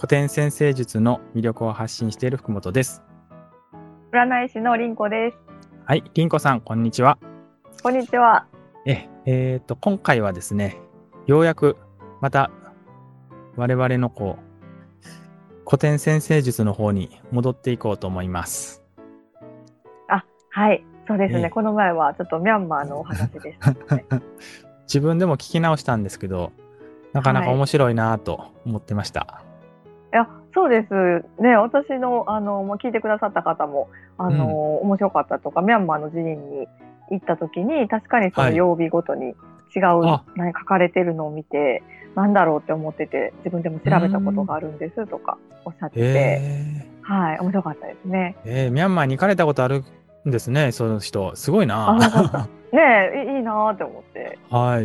典占星術の魅力を発信している福本です。 占い師のりんこです。 はい、りんこさん、こんにちは。 こんにちは。 今回はですね、ようやくまた我々の古典占星術の方に戻っていこうと思います。 はい、そうですね。この前はちょっとミャンマーのお話でしたね。 自分でも聞き直したんですけど、なかなか面白いなと思ってました。 いや、そうですね。私の聞いてくださった方も面白かったとか、ミャンマーの寺院に行った時に確かにその曜日ごとに違う、書かれてるのを見て、なんだろうって思ってて、自分でも調べたことがあるんですとかおっしゃってて、はい、面白かったですね。 ミャンマーに行かれたことあるんですね、その人。すごいな。 なかった。ねえ、いいなって思って。 はい。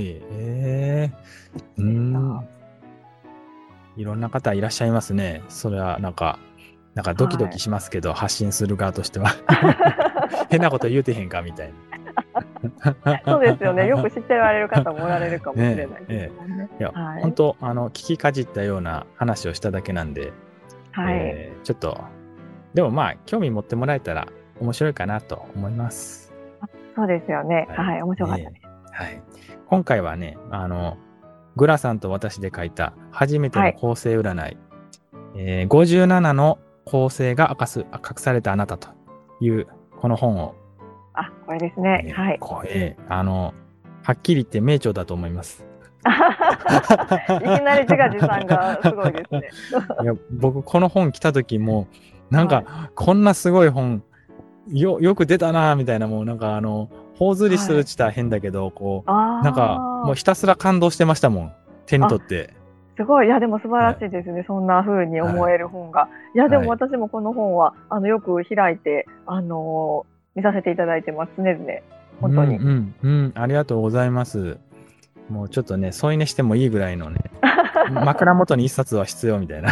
いろんな方いらっしゃいますね。それはなんかドキドキしますけど、発信する側としては。変なこと言うてへんかみたいな。そうですよね。よく知ってられる方もおられるかもしれないですもんね。 いや、本当聞きかじったような話をしただけなんで、ちょっとでもまあ興味持ってもらえたら面白いかなと思います。 そうですよね。はい、面白かったです。 はい。今回はね、グラさんと私で書いた初めての構成占い、57の構成が隠されたあなたというこの本を。 これですね。はい。 はっきり言って名著だと思います。 いきなり自画自賛がすごいですね。 いや、僕この本来た時もなんか、こんなすごい本よく出たなみたいな、もうなんか頬ずりするって言ったら変だけど、なんかもうひたすら感動してましたもん、手に取って。 すごい。いや、でも素晴らしいですね。そんな風に思える本が。いや、でも私もこの本はよく開いて見させていただいてます。常々本当に。 ありがとうございます。もうちょっとね、添い寝してもいいぐらいのね、枕元に一冊は必要みたいな。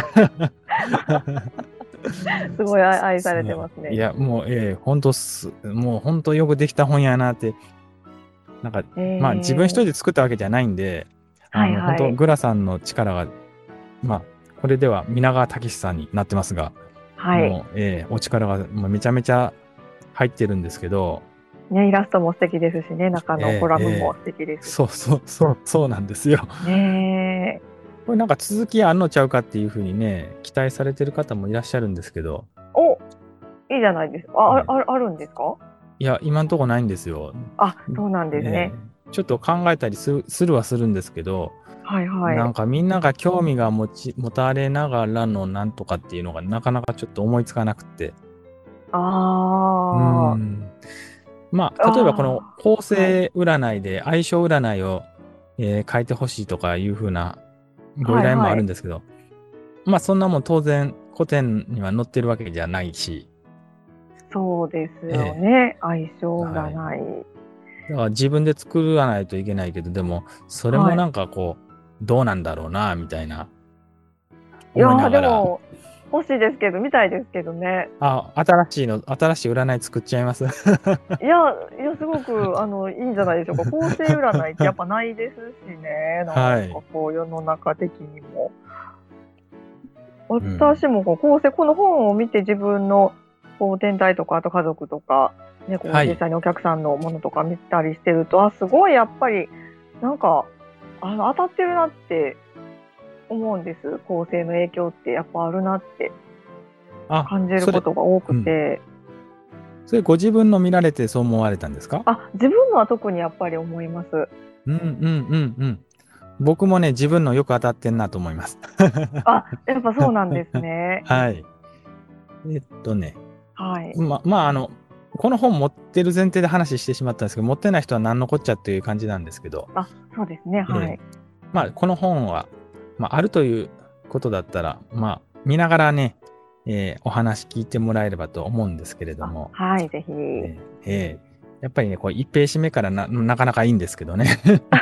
すごい愛されてますね。 いや、もう、本当よくできた本やなって。なんか、まあ自分一人で作ったわけじゃないんで、本当グラさんの力が、まあ、これでは皆川武さんになってますが、もう、お力がめちゃめちゃ入ってるんですけど、 ね、イラストも素敵ですしね、中のコラムも素敵です。 そうなんですよ。 ね、 これなんか続きあんのちゃうかっていうふうにね、期待されてる方もいらっしゃるんですけど。 いいじゃないですか。あるんですか？ いや、今んとこないんですよ。 そうなんですね。 ちょっと考えたりするはするんですけど、なんかみんなが興味が持たれながらのなんとかっていうのがなかなかちょっと思いつかなくて。まあ、例えばこの構成占いで相性占いを、書いてほしいとかいうふうなご依頼もあるんですけど、まあそんなもん当然古典には載ってるわけじゃないし。 そうですよね、相性占い。 だから自分で作らないといけないけど、でもそれもなんかどうなんだろうなみたいな。 いやでも欲しいですけど、見たいですけどね。 新しい占い作っちゃいます。 いやすごくいいんじゃないでしょうか。構成占いってやっぱないですしね。なんか世の中的にも。私もこの本を見て自分の天体とか、あと家族とか、ね、実際にお客さんのものとか見たりしてると、すごいやっぱりなんか当たってるなって思うんです。構成の影響ってやっぱあるなって感じることが多くて。 それご自分の見られてそう思われたんですか？ 自分のは特にやっぱり思います。 僕もね、自分のよく当たってんなと思います。 やっぱそうなんですね。 はい。この本持ってる前提で話してしまったんですけど、持ってない人は何のこっちゃっていう感じなんですけど。 そうですね。はい。 この本は、あるということだったら、見ながらね、お話聞いてもらえればと思うんですけれども。 はい、ぜひ。 やっぱりね、1ページ目からなかなかいいんですけどね。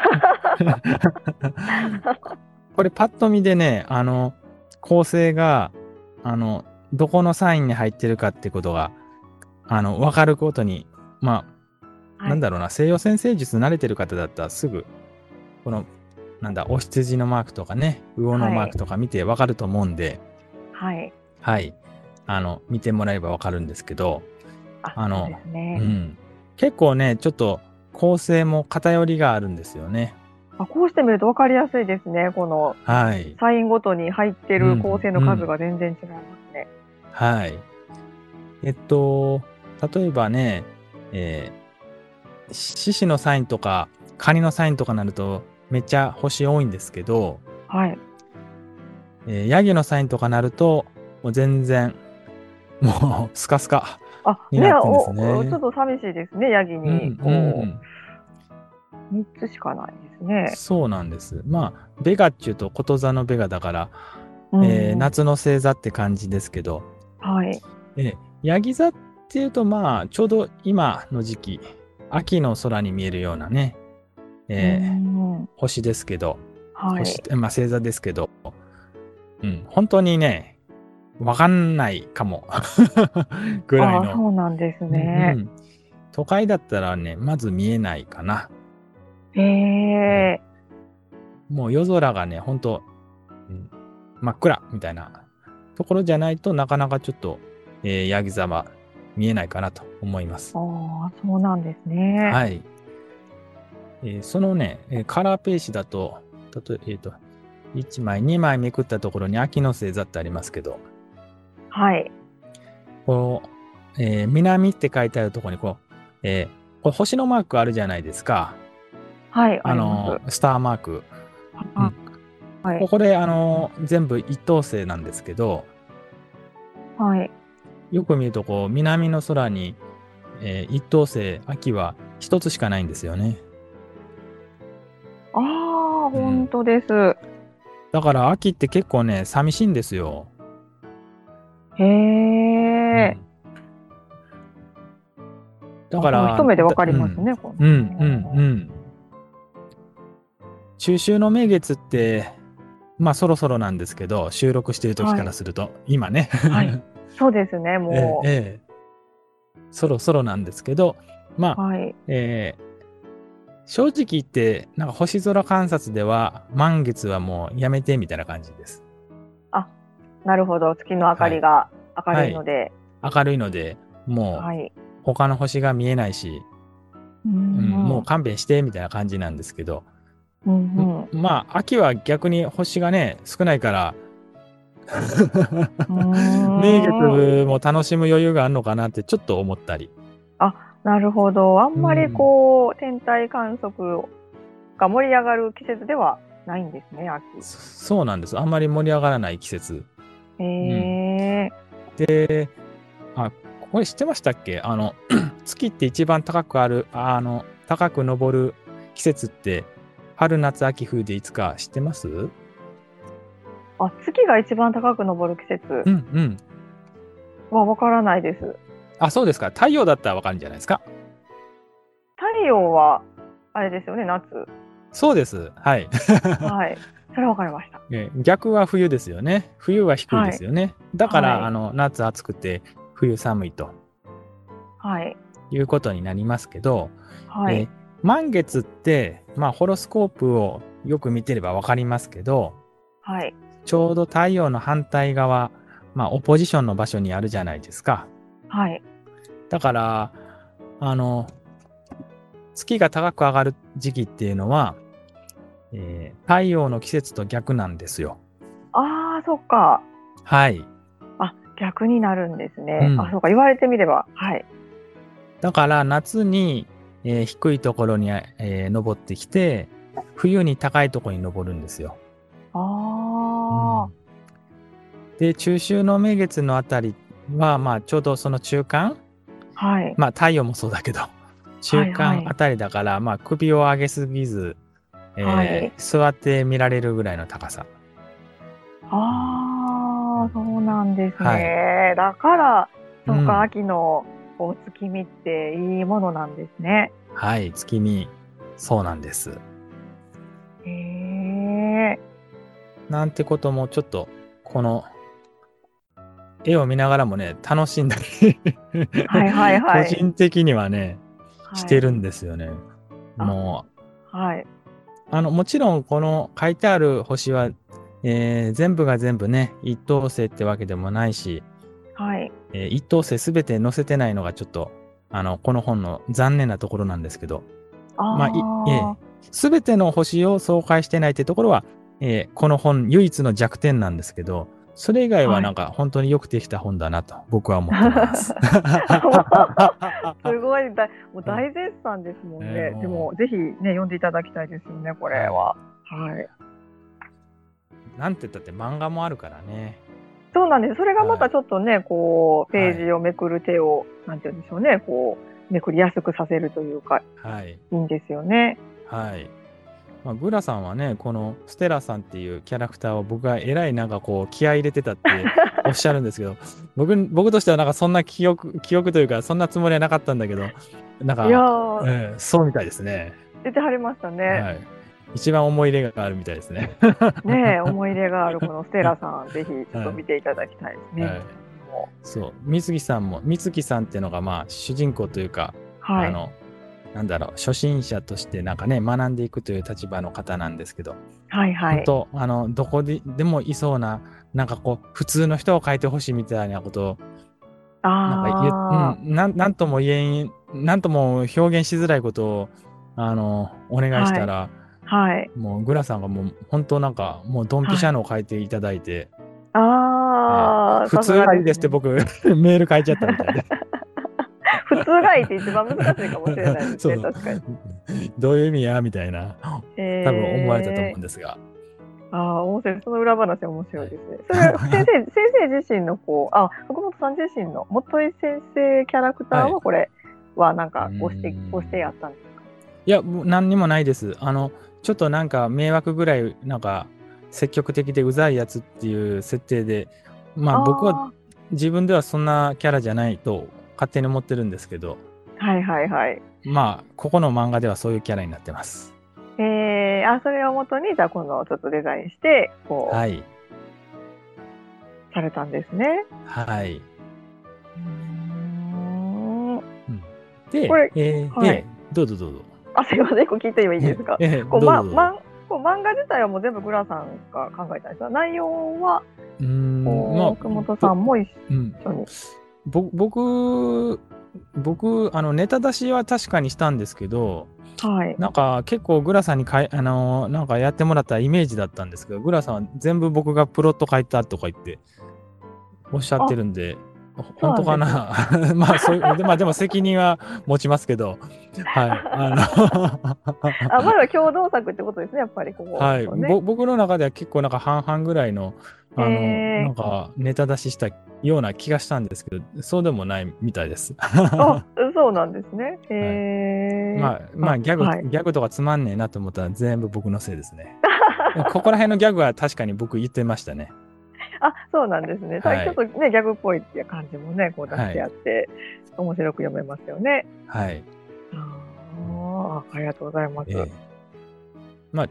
これパッと見でね、構成が、どこのサインに入ってるかってことが、わかることに、なんだろうな、西洋占星術慣れてる方だったらすぐ、お羊のマークとかね、魚のマークとか見てわかると思うんで、 はい。 はい。見てもらえばわかるんですけど、 そうですね。 結構ね、ちょっと構成も偏りがあるんですよね。 こうしてみると分かりやすいですね。このはい。 サインごとに入ってる構成の数が全然違いますね。 はい。例えばね、獅子のサインとか、カニのサインとかなると、めっちゃ星多いんですけど、 はい。 ヤギのサインとかなると、もう全然、もうスカスカにね、 なってんですちょっね。 と寂しいですね、ヤギうんにうん。 3つしかないですね。 そうなんです。まあ、ベガっちゅうとこと座のベガだから、夏の星座って感じですけど、 はい。 ヤギ座っていうと、まあ、ちょうど今の時期、秋の空に見えるようなね、星ですけど、 はい。 まあ、星座ですけど、本当にね、わかんないかもぐらいの。 そうなんですね。 都会だったらね、まず見えないかな。 へえ。 もう夜空がね、本当、真っ暗みたいなところじゃないとなかなかちょっと、ヤギ座は見えないかなと思います。 そうなんですね。 はい。そのね、カラーページだと、1枚、2枚めくったところに秋の星座ってありますけど、 はい。 この、南って書いてあるところにこれ星のマークあるじゃないですか。 はい、ありまスターマーク。 す。はい。 これ、全部一等星なんですけど、 はい。 よく見ると、こう、南の空に、一等星、秋は一つしかないんですよね。 本当です。 だから秋って結構ね、寂しいんですよ。 へえ。 だから、 一目でわかりますね、この。 中秋の名月って、まあそろそろなんですけど、収録している時からすると、今ね。 はい。そうですね、もう。 そろそろなんですけど、まあ、 はい。 正直言って、なんか星空観察では、満月はもうやめてみたいな感じです。 なるほど。月の明かりが明るいので。 明るいので、もう他の星が見えないし、もう勘弁してみたいな感じなんですけど、まあ、秋は逆に星がね、少ないから、名月も楽しむ余裕があるのかなってちょっと思ったり。 なるほど。あんまり天体観測が盛り上がる季節ではないんですね、秋。 そうなんです。あんまり盛り上がらない季節。で、これ知ってましたっけ？月って一番高く昇る季節って、春、夏、秋、冬でいつか知ってます？ 月が一番高く昇る季節はわからないです。 そうですか。太陽だったらわかるんじゃないですか。 太陽は、あれですよね、夏。 そうです。はい。 はい。それはわかりました。 逆は冬ですよね。冬は低いですよね。だから、夏暑くて、冬寒いと。いうことになりますけど、満月って、まあ、ホロスコープをよく見てればわかりますけど、ちょうど太陽の反対側、まあ、オポジションの場所にあるじゃないですか。だから、月が高く上がる時期っていうのは、太陽の季節と逆なんですよ。 そっか。 はい。 逆になるんですね。そうか、言われてみれば。はい。 だから夏に、低いところに、登ってきて、冬に高いところに登るんですよ。で、中秋の名月のあたりは、まあ、ちょうどその中間、まあ、太陽もそうだけど、中間あたりだから、まあ、首を上げすぎず、座って見られるぐらいの高さ。 そうなんですね。だから、そうか、秋の月見っていいものなんですね。 はい、月見、そうなんです。なんてこともちょっと、この絵を見ながらもね、楽しんだり個人的にはね、してるんですよね。もちろんこの書いてある星は全部が全部ね、一等星ってわけでもないし、 はい。 一等星すべて載せてないのがちょっと、この本の残念なところなんですけど、まあ、すべての星を紹介してないってところは、この本唯一の弱点なんですけど、それ以外はなんか本当によくできた本だなと僕は思ってます。 すごいもう大絶賛ですもんね。でもぜひね読んでいただきたいですよねこれは。はい。 なんて言ったって漫画もあるからね。 そうなんです。それがまたちょっとね、こうページをめくる手をなんて言うんでしょうね、こうめくりやすくさせるというか、はい、いいんですよね。 はい。まあ、グラさんはね、このステラさんっていうキャラクターを僕がえらいなんかこう気合い入れてたっておっしゃるんですけど、僕としてはなんかそんな記憶というかそんなつもりはなかったんだけど、なんか、そうみたいですね。 出てはりましたね。はい。 一番思い入れがあるみたいですね。 ねえ、思い入れがあるこのステラさん、ぜひちょっと見ていただきたいですね。はい、 そう、美月さんっていうのがまあ主人公というか、はい、なんだろう、初心者としてなんかね、学んでいくという立場の方なんですけど、はいはい。本当、どこでもいそうな、なんかこう、普通の人を書いてほしいみたいなことを、なんともなんとも表現しづらいことを、お願いしたら、はい。もう、グラさんがもう、本当なんか、もう、ドンピシャのを書いていただいて、普通がいいですって僕、メール書いちゃったみたいで。 普通がいいって一番難しいかもしれないですね、確かに。 どういう意味やみたいな、多分思われたと思うんですが。 面白い。その裏話面白いですね。それは先生自身の福本さん自身の元井先生キャラクターはこれはなんかご指定あったんですか？ いや、もう何にもないです。ちょっとなんか迷惑ぐらいなんか積極的でうざいやつっていう設定で、まあ僕は自分ではそんなキャラじゃないと勝手に思ってるんですけど、 はいはいはい。 まあここの漫画ではそういうキャラになってます。 それをもとにじゃあ今度ちょっとデザインしてはい、されたんですね。 はい。で、 これ、 で、どうぞどうぞ。 すいません、聞いてもいいですか？漫画自体はもう全部グラさんが考えたんですか？内容は福本さんも一緒に。 僕ネタ出しは確かにしたんですけど、はい、なんか結構グラさんになんかやってもらったイメージだったんですけど、グラさんは全部僕がプロット書いたとか言っておっしゃってるんで、本当かなまあでも責任は持ちますけど、 はい。まだ共同作ってことですね、やっぱりここ。 はい、僕の中では結構なんか半々ぐらいのなんかネタ出ししたような気がしたんですけど、そうでもないみたいです。 そうなんですね。 まあギャグとかつまんねえなと思ったら全部僕のせいですね。ここら辺のギャグは確かに僕言ってましたね。 そうなんですね。はい、ちょっとねギャグっぽいっていう感じもねこう出してあって、面白く読めますよね。はい。ありがとうございます。 まあ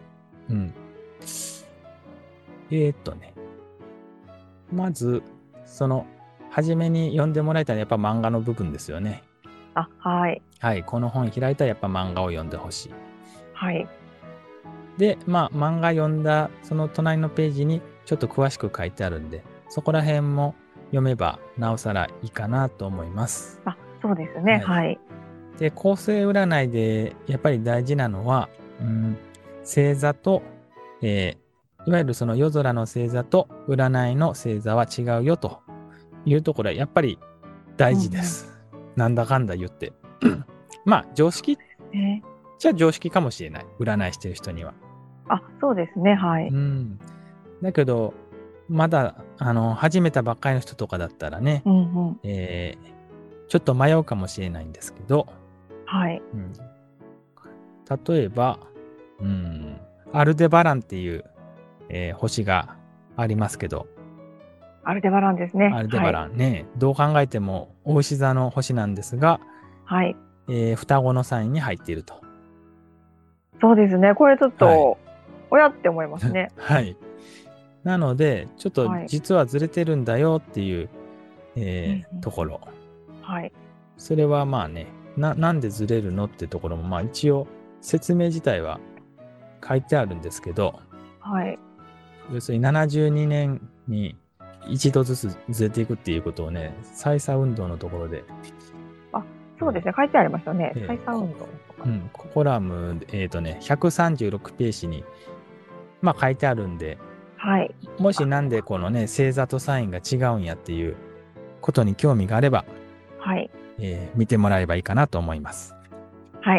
まず初めに読んでもらいたいのはやっぱ漫画の部分ですよね。 はい。 はい、この本開いたらやっぱ漫画を読んでほしい。 はい。 で、まあ漫画読んだその隣のページにちょっと詳しく書いてあるんで、そこら辺も読めばなおさらいいかなと思います。 そうですね。はい。 で、構成占いでやっぱり大事なのは、星座と、いわゆるその夜空の星座と占いの星座は違うよというところはやっぱり大事です。なんだかんだ言って。まあ常識じゃあ常識かもしれない。占いしてる人には。 そうですね。はい。 だけど、まだ始めたばっかりの人とかだったらね、ちょっと迷うかもしれないんですけど、はい。例えば、アルデバランっていう、星がありますけど、 アルデバランですね。 アルデバランね、どう考えてもお牛座の星なんですが、はい。双子のサインに入っていると。 そうですね。これちょっと、親って思いますね。 はい。なので、ちょっと実はずれてるんだよっていう、ところ。はい。それはまあね、なんでずれるのってところも、まあ一応説明自体は書いてあるんですけど、はい。 要するに72年に一度ずつずれていくっていうことをね、再差運動のところで。 そうですね、書いてありましたね。再差運動。 コラム、136ページに、書いてあるんで、 はい。 もしなんでこのね、星座とサインが違うんやっていうことに興味があれば、 はい。 見てもらえばいいかなと思います。 はい。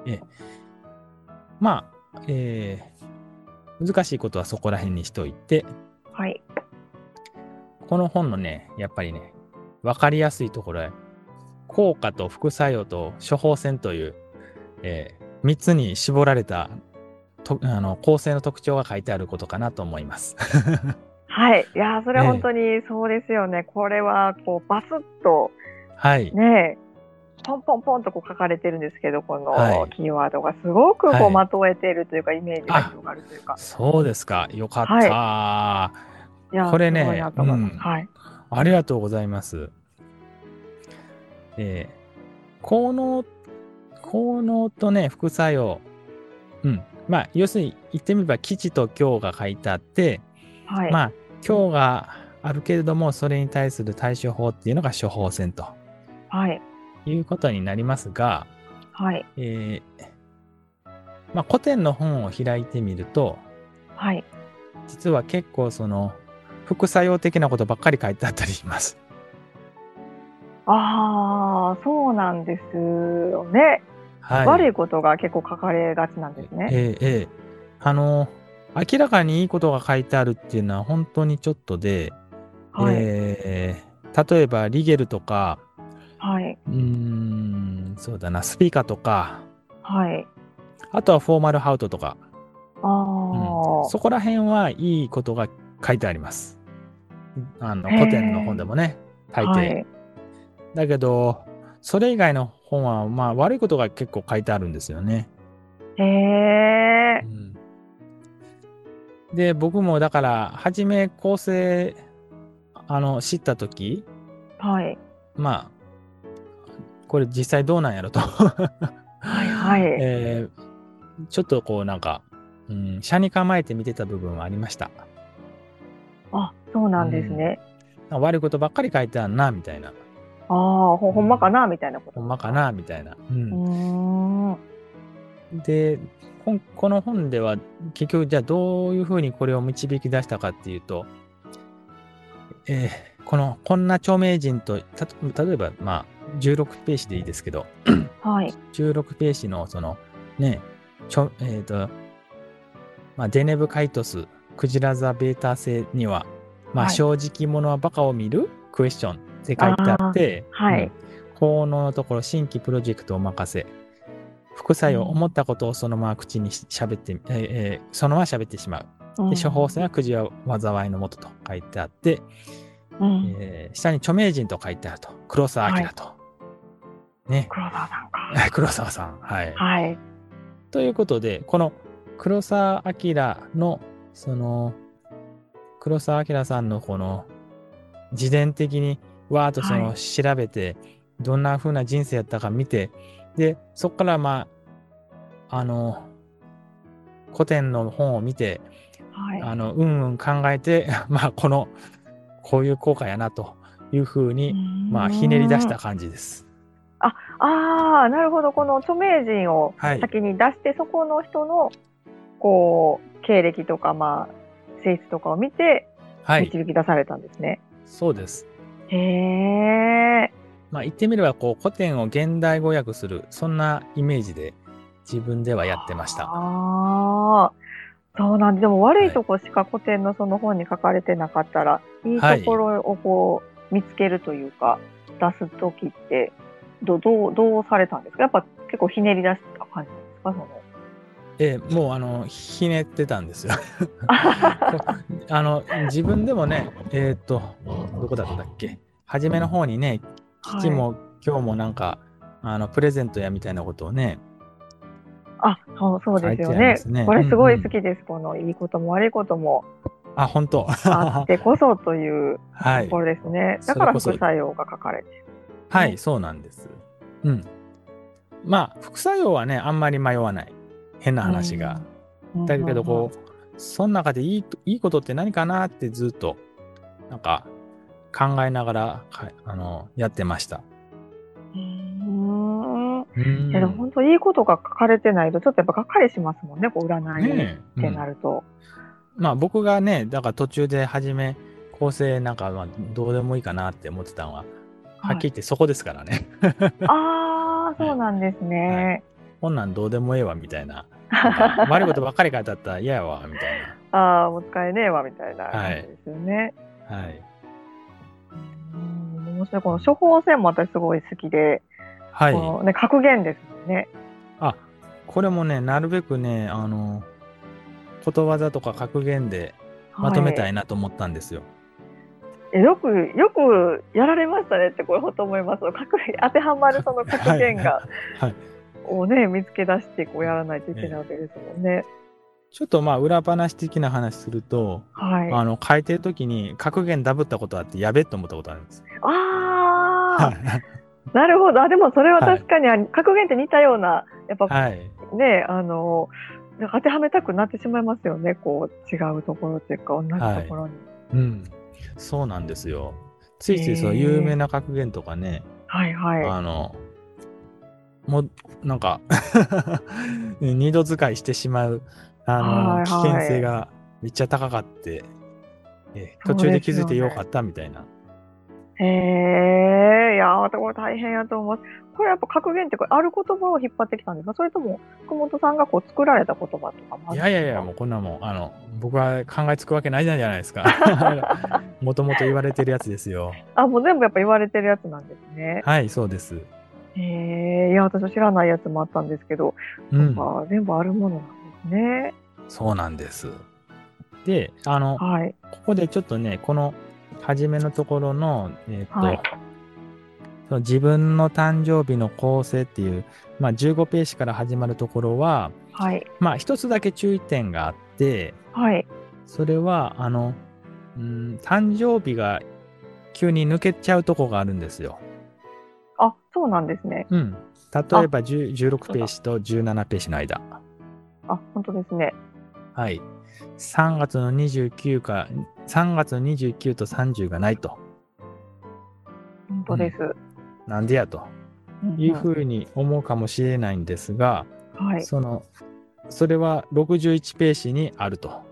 難しいことはそこら辺にしといて、 はい。 この本のね、やっぱりね、わかりやすいところへ、効果と副作用と処方箋という、3つに絞られた構成の特徴が書いてあることかなと思います。 はい。いや、それは本当にそうですよね。これはこうバスッと、 はい。 ね、ポンポンポンとこう書かれてるんですけど、このキーワードがすごくこうまとえているというか、イメージが広がるというか。 そうですか。よかった。 いや、 これね、 すごいなと思います。はい。 ありがとうございます。効能とね、副作用。要するに言ってみれば、吉と凶が書いてあって、 はい。 凶があるけれども、それに対する対処法っていうのが処方箋と、いうことになりますが、 はい。 古典の本を開いてみると、 はい。 実は結構副作用的なことばっかり書いてあったりします。 そうなんですよね。悪いことが結構書かれがちなんですね。 明らかにいいことが書いてあるっていうのは本当にちょっとで、例えばリゲルとか、そうだな、スピカとか、あとはフォーマルハウトとか、そこら辺はいいことが書いてあります。古典の本でもね、大抵。だけど、それ以外の本は、悪いことが結構書いてあるんですよね。で、僕もだから、初め構成、知ったとき、これ実際どうなんやろと。ちょっとこうなんか、斜に構えて見てた部分はありました。 そうなんですね。 悪いことばっかり書いてあるな、みたいな。 ほんまかなみたいなこと。 ほんまかなみたいな。で、この本では結局じゃあどういうふうにこれを導き出したかっていうと、こんな著名人と、例えば16ページでいいですけど、16ページのデネブカイトス、クジラザベータ星には、正直者はバカを見るクエスチョンって書いてあって、効能のところ新規プロジェクトを任せ、副作用、思ったことをそのまま口に喋って、そのまま喋ってしまう。で処方箋はくじは災いのもとと書いてあって、下に著名人と書いてあると。黒澤明と。ね。 黒澤さんか。 黒澤さん。はい。ということで、この黒澤明の、黒澤明さんのこの、自伝的にわーっと調べて、どんな風な人生やったか見て、で、そこから古典の本を見て、考えて、こういう効果やなというふうに、ひねり出した感じです。 なるほど。この著名人を先に出して、そこの人のこう経歴とか性質とかを見て導き出されたんですね。 そうです。 へえ。 言ってみれば古典を現代語訳する、そんなイメージで自分ではやってました。 そうなんで、でも悪いとこしか古典のその本に書かれてなかったら、いいところをこう見つけるというか、出すときってどうされたんですか？やっぱ結構ひねり出した感じですか？ もうひねってたんですよ。自分でもね、どこだったっけ？初めの方にね、父も今日もなんかプレゼントやみたいなことをね。 そうですよね。これすごい好きです。このいいことも悪いことも本当あってこそというところですね。だから副作用が書かれている。 そうなんです。副作用はね、あんまり迷わない。変な話が。だけどその中でいいことって何かなってずっと、なんか考えながら、やってました。 うーん。いうや、でもん。 本当いいことが書かれてないと、ちょっとやっぱがっかりしますもんね、こう占いっねえ。うてなん。 ると。 まあ僕がね、だから途中で構成なんかまあどうでもいいかなって思ってたのは、はっきはい。 り言ってそこですからね。 ああ、 はい。 そうなんですはい。 ね。 こんなんどうでもええわみたいな。なんか悪いことばっかり書いてあったら嫌やわみたいな。 ああ、もう使えねえわみたいなはい。 感じですよね。 はい。 面白い。この処方箋も私すごい好きで、 はい。 このね、格言ですもんね。 あ、これもね、なるべくね、ことわざとか格言でまとめたはい。 いなと思ったんですよ。 よくやられましたねってこれほんと思います。当てはまるその格はい。 言がはい。 をね、見つけ出してこうやらないといけないわけですもんね。 ちょっとまあ裏話的な話すると、 はい。 書いてる時に格言ダブったことあってやべえと思ったことあるんです。 ああ、 はい。 なるほど。あ、でもそれははい。 確かに、格言って似たような、やっぱはい。 ね、なんか当てはめたくなってしまいますよね、こう違うところっていうか、同じはい。 ところに。 うん。そうなんですよ。つへいついその有名え。 な格言とかね、 はいはい。 あの、もう、なんか二度使いしてしまう、 はい危険はい。 性がめっちゃ高かって、途そうで中で気すよね。 づいてよかったみたいな。 へえ、いや、これ大変やと思います。これやっぱ格言ってこれある言葉を引っ張ってきたんですか？それとも福本さんがこう作られた言葉とかもあいやいやいや、 るんですか？ もうこんなもん、僕は考えつくわけないじゃないですか。もともと言われてるやつですよ。 あ、もう全部やっぱ言われてるやつなんですね。 はい、そうです。 へえ、いや、私は知らないやつもあったんですけど、そううん、 か、全部あるものなんですね。 そうなんです。で、 はい。 ここでちょっとね、この初めのところの、 はい。 その自分の誕生日の構成っていう、まあ、15ページから始まるところは、 はい。 まあ、一つだけ注意点があって、 はい。 それは、誕生日が急に抜けちゃうとこがあるんですよ。 あ、そうなんですね。 うん。例えあ、 ば16 そうだ。 ページと17ページの間。 あ、本当ですね。 はい。3月の29か、3月の29と30がないと。 本うん。 当です。 なんでやというふうんうん。 うに思うかもしれないんですが、 はい。 その、それは61ページにあると。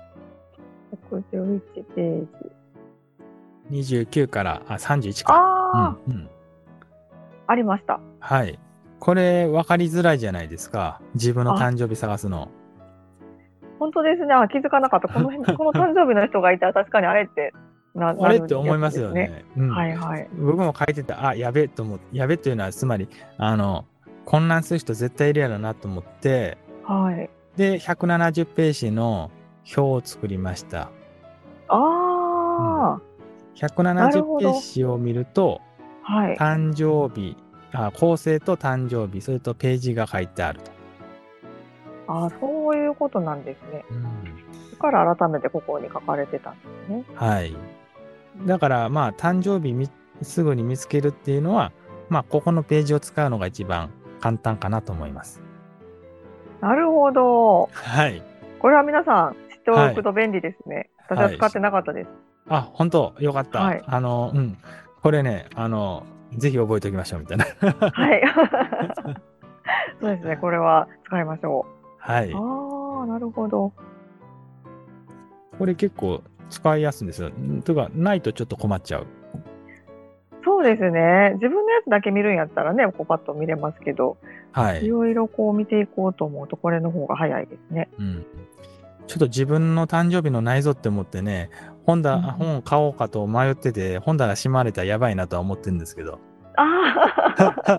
61ページ。 29から31か。うああ、 ん、うん。 ありました。 はい。これ分かりづらいじゃないですか。自分のあ、 誕生日探すの。 本当ですね。あ、気づかなかった。この誕生日の人がいたら確かにあれってあれっなるやて思いまつですね。 すよね。うん。 はいはい。 僕も書いてた、やべえと思って、やべえというのは、つまり、混乱する人絶対いるやろなと思って、 はい。 で、170ページの表を作りました。うん。 ああ、な 170ペーるほど。 ジを見ると、 はい。 誕生日、構成と誕生日、それとページが書いてあると。 ああ、そういうことなんですね。 うん。 だから改めてここに書かれてたんですね。 はい。だから、まあ、誕生日すぐに見つけるっていうのは、まあ、ここのページを使うのが一番簡単かなと思います。 なるほど。 はい。 これは皆さん知っておはい。 くと便利ですね。私ははい。 使ってなかったです。 本当よかった。 はい。 うん。これね、ぜひ覚えておきましょうみたいな。 はい。そうですね。これは使いましょう。 はい。 ああ、なるほど。 これ結構使いやすいんですよ。というか、ないとちょっと困っちゃう。 そうですね。自分のやつだけ見るんやったらね、こうパッと見れますけど、 はい。 いろいろこう見ていこうと思うと、これの方が早いですね。 うん。ちょっと自分の誕生日のないぞって思ってね、 うんうん。 本買おうかと迷ってて、本棚閉まれたらやばいなとは思ってるんですけど。 あ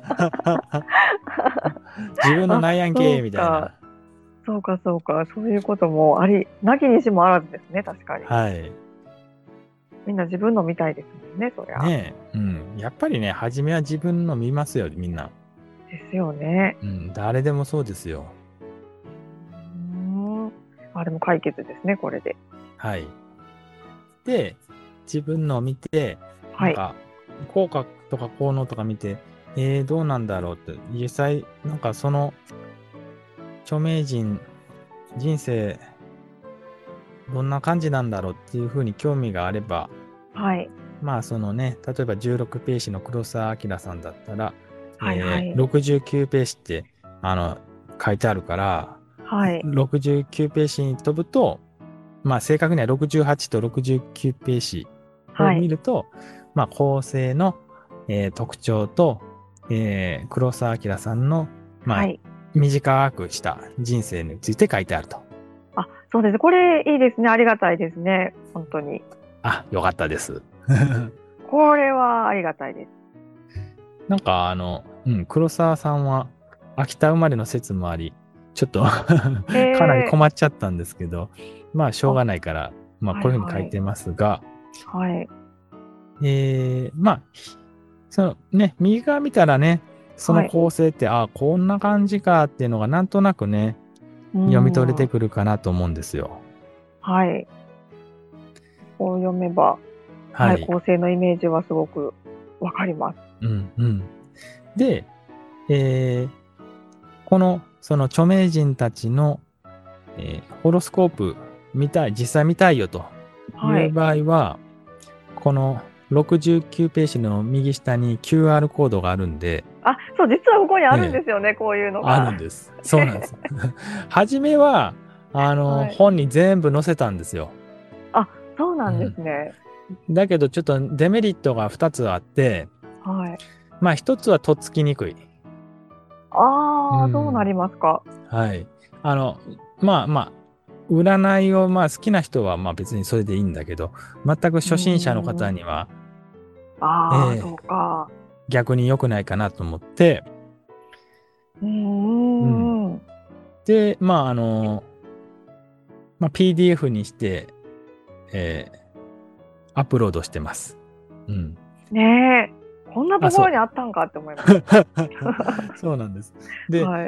自分あ、あ、 のないやんけ、 そうか。 みたいな。 そうかそうか。そういうこともなきにしもあらずですね、確かに。 はい。 みんな自分の見たいですもんね、そりゃ。 ねえ。うん。やっぱりね、初めは自分の見ますよ、みんな。 ですよね。 うん。誰でもそうですよ。 うーん。あ、でも解決ですね、これで。 はい。で、自分のを見て、なはい。 んか、効果とか効能とか見て、どうなんだろうって、実際、なんかその著名人、人生どんな感じなんだろうっていうふうに興味があれば、 はい。 まあそのね、例えば16ページの黒澤明さんだったら、 はいはい。 69ページって書いてあるから、 はい。 69ページに飛ぶと、まあ正確には68と69ページをはい。 見ると、まあ構成の、特徴と、黒澤明さんの、まあはい。 短くした人生について書いてあると。 あ、そうです。これいいですね。ありがたいですね。本当に。 あ、よかったです。 これはありがたいです。 なんか黒沢さんは秋田生まれの説もあり、ちょっとへかなりえ。 困っちゃったんですけど、まあしょうあ、 がないから、まあはいこういうふうに書はい。 いてますが、 はい。 まあ、そのね、右側見たらね、そのはい。 構成って、あ、こんな感じかっていうのがなんとなくね、 う読み取れてん。 くるかなと思うんですよ。 はい。こう読めば、はい、 はい。 構成のイメージはすごくわかります。 うんうん。で、えーその著名人たちの、ホロスコープ実際見たいよといはい。 う場合は、この69ページの右下に QR コードがあるんで、 あ、そう、実はここにあるんええですよね、こういうのあるが。 んです。そうなんです。初めは、 はい。 本に全部載せたんですよ。 あ、そうなんでうん。 すね。 だけど、ちょっとデメリットが2つあって、 はい。 まあ、1つはとっつきにくい。うああ、そうなん。 りますか。 はい。あの、まあまあ、占いをまあ好きな人はまあ別にそれでいいんだけど、全くうー初心者の方ん。 には、 ああ、そうええか。 逆に良くないかなと思って、 ううん。 んうん。 で、まあまあ、PDF にして、えーアップロードしてます。うん。 ねえ、こんなとあ、そう。 ころにあったんかって思います。 そうなんです。で、 はい。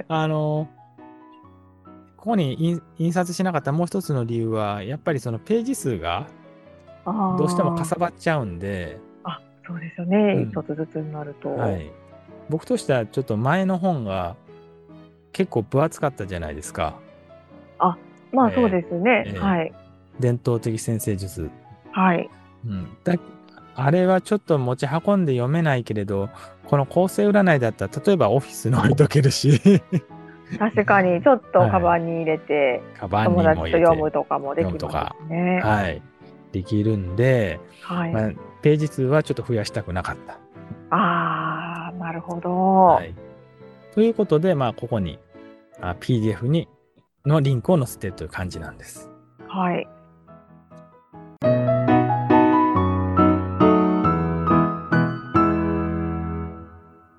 ここに印刷しなかったもう一つの理由は、やっぱりそのページ数がどうしてもかあさばっちゃうんで、 あ、あ、そうですよね。一うん。 つずつになると。 はい。僕としてはちょっと前の本が結構分厚かったじゃないですか。 あ、まあそうえですね。 えはい。 伝統的先生術。 はい。 うん。あれはちょっと持ち運んで読めないけれど、この構成占いだったら、例えばオフィスに置いとけるし、 確かにちょっとカはい。 バンに入れて、 カバンに友達とも入れて読むとかもできますし読むとか、 ね。 はい。できるんで、 はい。 まあ、ページ数はちょっと増やしたくなかった。 ああ、なるほど。 はい。ということで、ここにPDF のリンクを載せてるという感じなんです。 はい。